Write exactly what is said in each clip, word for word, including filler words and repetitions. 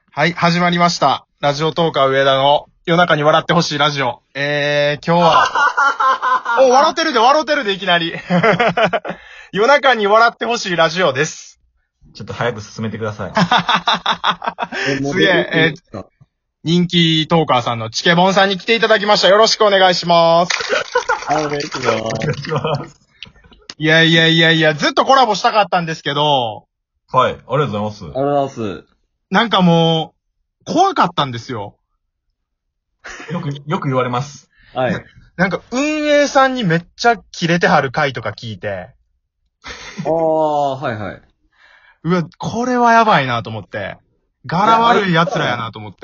はい、始まりました。ラジオトーカー上田の夜中に笑ってほしいラジオ。えー、今日は、お、笑ってるで、笑ってるで、いきなり。夜中に笑ってほしいラジオです。 ちょっと早く進めてください。すげえ、えー、人気トーカーさんのチケボンさんに来ていただきました。よろしくお願いします。 はい、お願いします。お願いします。 いやいやいやいや、ずっとコラボしたかったんですけど。 はい、ありがとうございます。ありがとうございます。 なんかもう、怖かったんですよ。 よく、よく言われます。 はい。 なんか運営さんにめっちゃキレてはる回とか聞いて。 ああ、はいはい。 うわ、これはやばいなと思って。柄悪い奴らやなと思って。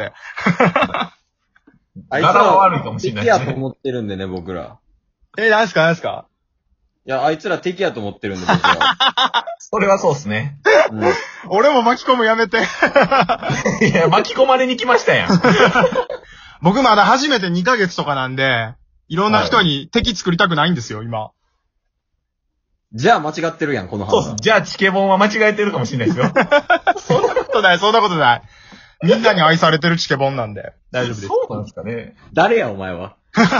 柄は悪いかもしれないですね。敵やと思ってるんでね、僕ら。 え、なんすかなんすかいや、あいつら敵やと思ってるんで、僕ら。 それはそうっすね。 うん、俺も巻き込むやめて。 いや、巻き込まれに来ましたやん。 僕まだ初めてにかげつとかなんで、いろんな人に敵作りたくないんですよ、今。 じゃあ間違ってるやん、この話。そうっす。じゃあチケボンは間違えてるかもしれないですよ。 そんなことない、そんなことない。みんなに愛されてるチケボンなんで、大丈夫です。 そうなんですかね。 誰や、お前は。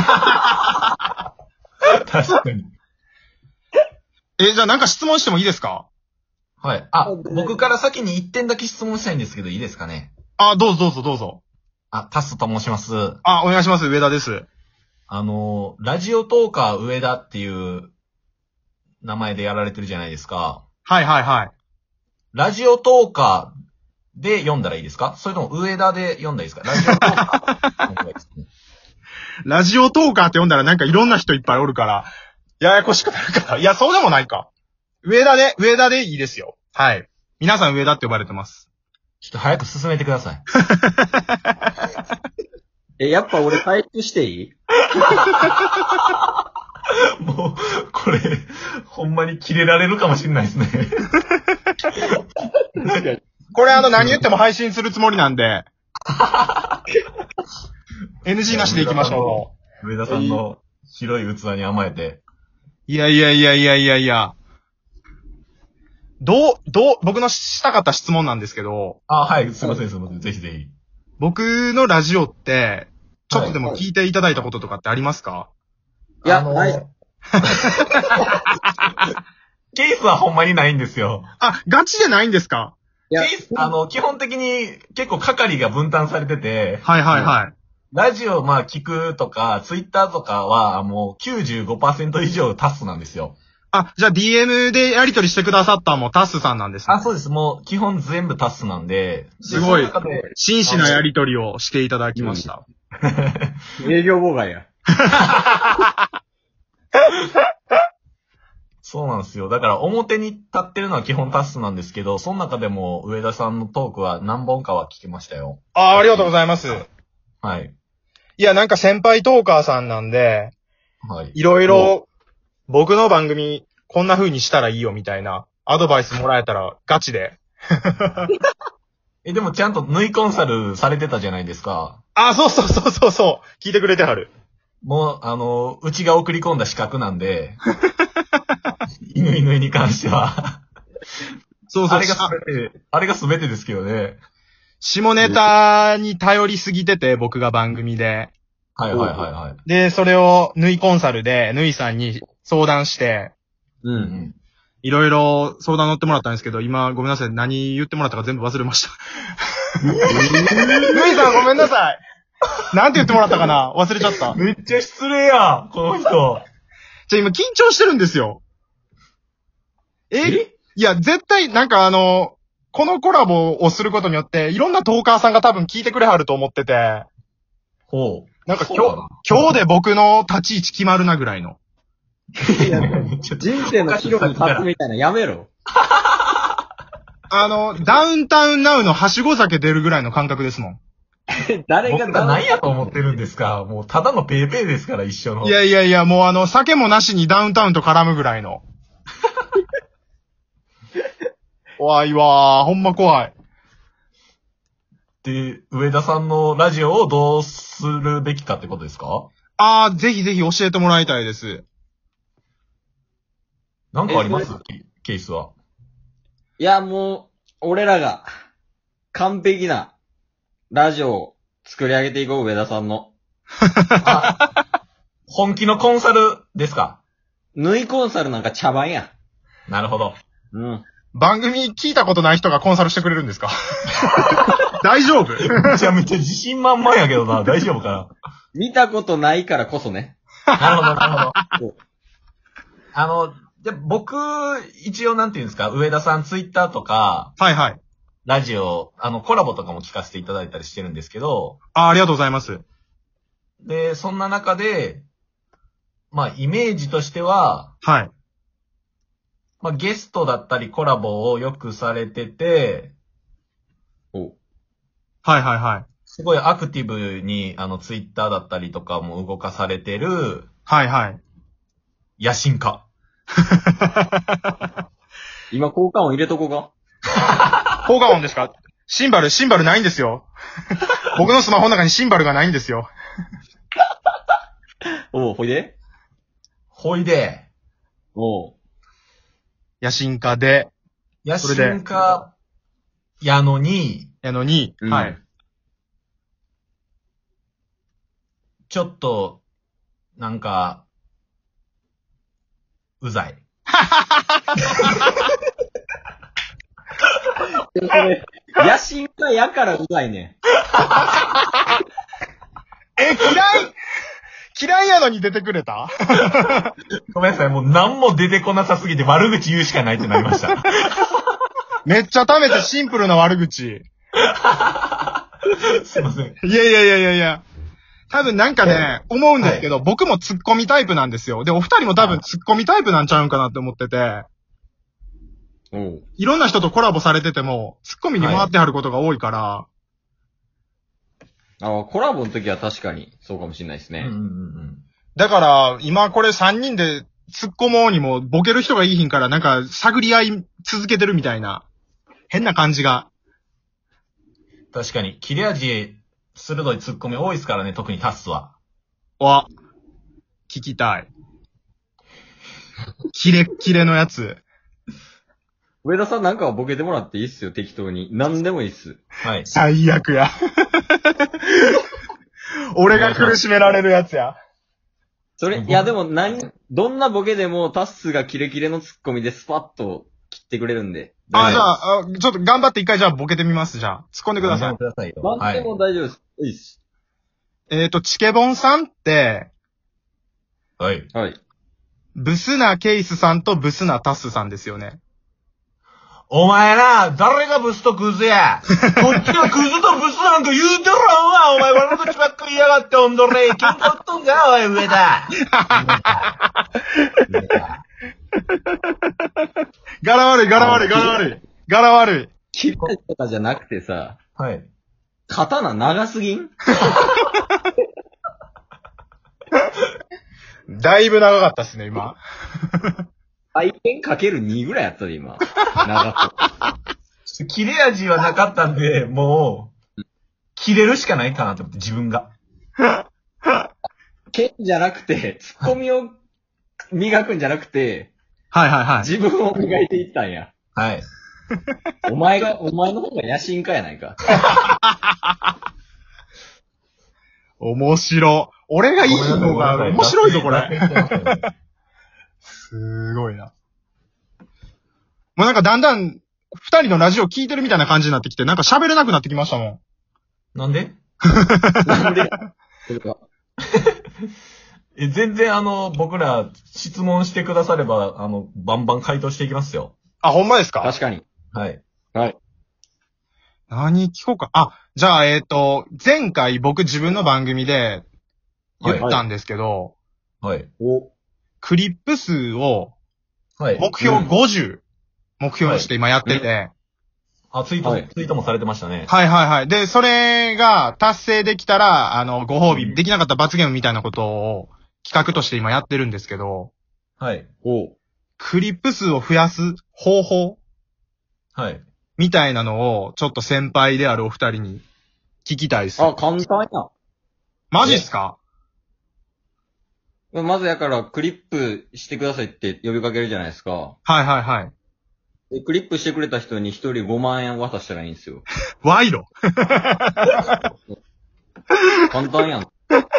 確かに。 え、じゃあなんか質問してもいいですか？ はい。あ、僕から先にいってんだけ質問したいんですけど、いいですかね？ あ、どうぞどうぞどうぞ。 あ、タスと申します。 あ、お願いします。上田です。 あの、ラジオトーカー上田っていう名前でやられてるじゃないですか。 はいはいはい。 ラジオトーカーで読んだらいいですか？それとも上田で読んだらいいですか？ラジオトーカー。 ラジオトーカーって読んだらなんかいろんな人いっぱいおるから、ややこしくなるから。いや、そうでもないか。上田で、上田でいいですよ。はい。皆さん上田って呼ばれてます。 ちょっと早く進めてください。 え、やっぱ俺退出していい？ もう、これ、ほんまにキレられるかもしれないですね。 これあの何言っても配信するつもりなんで。エヌジー なしでいきましょう。上田さんの白い器に甘えて。 いやいやいやいやいやいや。どう、どう、僕のしたかった質問なんですけど。 あ、はい、すいませんすいません。ぜひぜひ。 僕のラジオって、ちょっとでも聞いていただいたこととかってありますか？ いや、ない。 ケースはほんまにないんですよ。 あ、ガチでないんですか？ ケース、あの、基本的に結構係が分担されてて。 はいはいはい。 ラジオまあ聞くとか、ツイッターとかはもう きゅうじゅうごパーセント 以上タスなんですよ。 あ、じゃあ ディーエム でやり取りしてくださったのもタスさんなんですね。 あ、そうです。もう基本全部タスなんで。 すごい。真摯なやり取りをしていただきました。 うん、営業妨害や。 そうなんですよ。だから表に立ってるのは基本タスなんですけど、その中でも上田さんのトークは何本かは聞きましたよ。 あ、ありがとうございます。 はい。 いや、なんか先輩トーカーさんなんで、はい。いろいろ、僕の番組、こんな風にしたらいいよみたいな、アドバイスもらえたら、ガチで。 え、でもちゃんと縫いコンサルされてたじゃないですか。 あ、そうそうそうそうそう。聞いてくれてはる。 もう、あの、うちが送り込んだ資格なんで、犬犬に関しては。そうそう。あれがすべて、あれがすべてですけどね。 下ネタに頼りすぎてて、僕が番組で。 はいはいはいはい。 で、それを、縫いコンサルで、縫いさんに相談して、 うんうん。 いろいろ相談乗ってもらったんですけど、今、ごめんなさい。何言ってもらったか全部忘れました。縫いさんごめんなさい。なんて言ってもらったかな忘れちゃった。 めっちゃ失礼や、この人。 じゃ、今緊張してるんですよ。ええいや、絶対、なんかあの、このコラボをすることによって、いろんなトーカーさんが多分聞いてくれはると思ってて。 ほう。 なんか今日、今日で僕の立ち位置決まるなぐらいの。 いや、人生の岐路に立つみたいなやめろ。 あの、ダウンタウンナウのはしご酒出るぐらいの感覚ですもん。 誰が僕が何やと思ってるんですか？もうただのペーペーですから、一緒の。 いやいやいや、もうあの、酒もなしにダウンタウンと絡むぐらいの。怖いわー。ほんま怖い。 で、上田さんのラジオをどうするべきかってことですか？ あー、ぜひぜひ教えてもらいたいです。 なんかあります？ケースは。 いや、もう、俺らが、完璧な、 ラジオ作り上げていこう、上田さんの。 本気のコンサルですか？ 縫いコンサルなんか茶番や。 なるほど。 うん。 番組聞いたことない人がコンサルしてくれるんですか？大丈夫？ めちゃめちゃ自信満々やけどな、大丈夫かな？ 見たことないからこそね。 なるほど、なるほど。あの、で、僕、一応なんていうんですか、上田さんツイッターとか、 はいはい。 ラジオ、あの、コラボとかも聞かせていただいたりしてるんですけど、 あ、ありがとうございます。 で、そんな中で、まあ、イメージとしては、 はい。 まあ、ゲストだったりコラボをよくされてて、 おはいはいはい。 すごいアクティブに、あの、ツイッターだったりとかも動かされてる、 はいはい。 野心家。 今効果音入れとこうか。 効果音ですか？シンバル、シンバルないんですよ。僕のスマホの中にシンバルがないんですよ。 おう、ほいでほいで、 おう。 野心家で、 野心家やのに、 やのに、 うんはい。 ちょっと、なんか、うざい。 それ、野心家やからうざいね。 え、嫌い嫌いやのに出てくれた？ ごめんなさい、もう何も出てこなさすぎて悪口言うしかないってなりました。 めっちゃ貯めてシンプルな悪口。 すいません。 いやいやいやいやいや。多分なんかね、思うんですけど、はい、僕もツッコミタイプなんですよ。で、お二人も多分ツッコミタイプなんちゃうんかなって思ってて。 うん。 いろんな人とコラボされてても、ツッコミに回ってはることが多いから。はい、 ああ、コラボの時は確かにそうかもしれないですね。 うんうんうん。 だから、今これさんにんで突っ込もうにも、ボケる人がいいひんから、なんか探り合い続けてるみたいな、変な感じが。 確かに、切れ味、鋭いツッコミ多いですからね、特にタスは。 わ、聞きたい。キレッキレのやつ。 上田さんなんかボケてもらっていいっすよ、適当に。何でもいいっす。 はい。 最悪や。俺が苦しめられるやつや。 それ、いやでも何、どんなボケでもタッスがキレキレのツッコミでスパッと切ってくれるんで。 あ、じゃあ、あちょっと頑張って一回じゃあボケてみます、じゃあ。突っ込んでください。 くださいよ。 何でも大丈夫です。いいっす。 えっと、チケボンさんって、 はい。 はい。 ブスなケイスさんとブスなタスさんですよね。 お前な、誰がブスとクズや。こっちはクズとブスなんか言うてろわ、お前悪口ばっかり言いやがって、おんどれ。喧嘩売っとんか、おい、上だ。 柄悪い、柄悪い、柄悪い。柄悪い。 切れとかじゃなくてさ、 はい。 刀長すぎん？ だいぶ長かったっすね、今。 回転かけるにぐらいやったで、今。長く。切れ味はなかったんで、もう、切れるしかないかなと思って、自分が。 剣じゃなくて、ツッコミを磨くんじゃなくて、 はいはいはい。 自分を磨いていったんや。 はい。 お前が、お前の方が野心家やないか。 面白。俺がいい方が面白いぞ、これ。すごいな。もうなんかだんだん、二人のラジオ聞いてるみたいな感じになってきて、なんか喋れなくなってきましたもん。 なんでなんでえ全然あの、僕ら質問してくだされば、あの、バンバン回答していきますよ。 あ、ほんまですか？ 確かに。 はい。 はい。 何聞こうか。あ、じゃあ、えっと、前回僕自分の番組で言ったんですけど、 はい。 お。 クリップ数をはい。 目標ごじゅう目標にして今やってて、 あ、ツイート、 はいツイートもされてましたね。 はいはいはい。で、それが達成できたら、あの、ご褒美、できなかった罰ゲームみたいなことを企画として今やってるんですけど、 はい。 お。 クリップ数を増やす方法はい。 みたいなのを、ちょっと先輩であるお二人に聞きたいっす。 あ、簡単や。 マジっすか？ まずやから、クリップしてくださいって呼びかけるじゃないですか。 はいはいはい。 クリップしてくれた人に一人ごまん円渡したらいいんですよ。 賄賂。 簡単やん。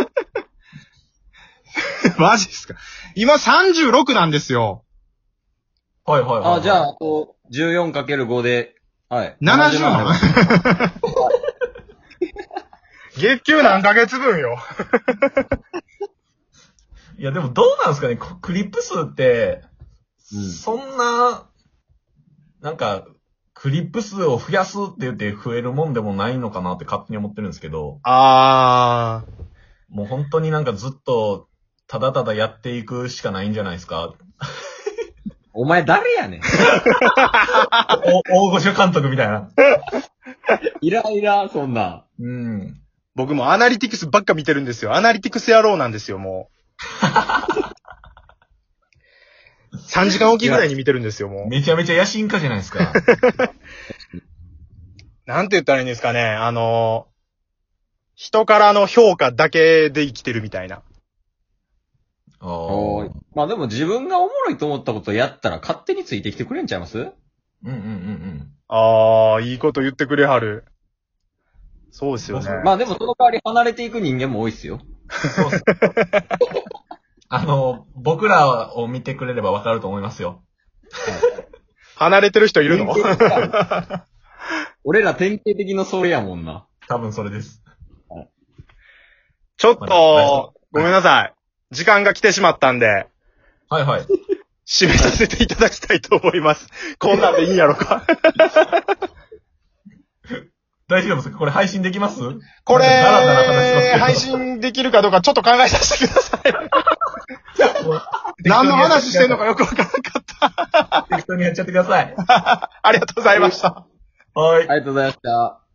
マジっすか。今さんじゅうろくなんですよ。 はいはいはい。 あ、じゃあ、あと、じゅうよんかけるご で、はい。 ななじゅうまん。月給何ヶ月分よ。 いやでもどうなんですかね、クリップ数って、うん、そんな、なんか、クリップ数を増やすって言って増えるもんでもないのかなって勝手に思ってるんですけど。 あー。 もう本当になんかずっと、ただただやっていくしかないんじゃないですか。 お前誰やねん。 大御所監督みたいな。 イライラ、そんな。 うん。 僕もアナリティクスばっか見てるんですよ。アナリティクス野郎なんですよ、もう。さんじかんおきぐらいに見てるんですよ、もう。 めちゃめちゃ野心家じゃないですか。 なんて言ったらいいんですかね。あの、人からの評価だけで生きてるみたいな。 おー。まあでも自分がおもろいと思ったことやったら勝手についてきてくれんちゃいます？ うんうんうんうん。 あー、いいこと言ってくれはる。そうですよね。 まあでもその代わり離れていく人間も多いっすよ。そうっす。 あの、僕らを見てくれればわかると思いますよ。 離れてる人いるの？ 俺ら典型的のそれやもんな。 多分それです。 ちょっと、ごめんなさい。時間が来てしまったんで。 はいはい。 締めさせていただきたいと思います。こんなんでいいんやろか。 大丈夫ですか？これ配信できます？ これ、配信できるかどうかちょっと考えさせてください。何の話してんのかよくわからなかった。 適当にやっちゃってください。 ありがとうございました。 はい。 ありがとうございました。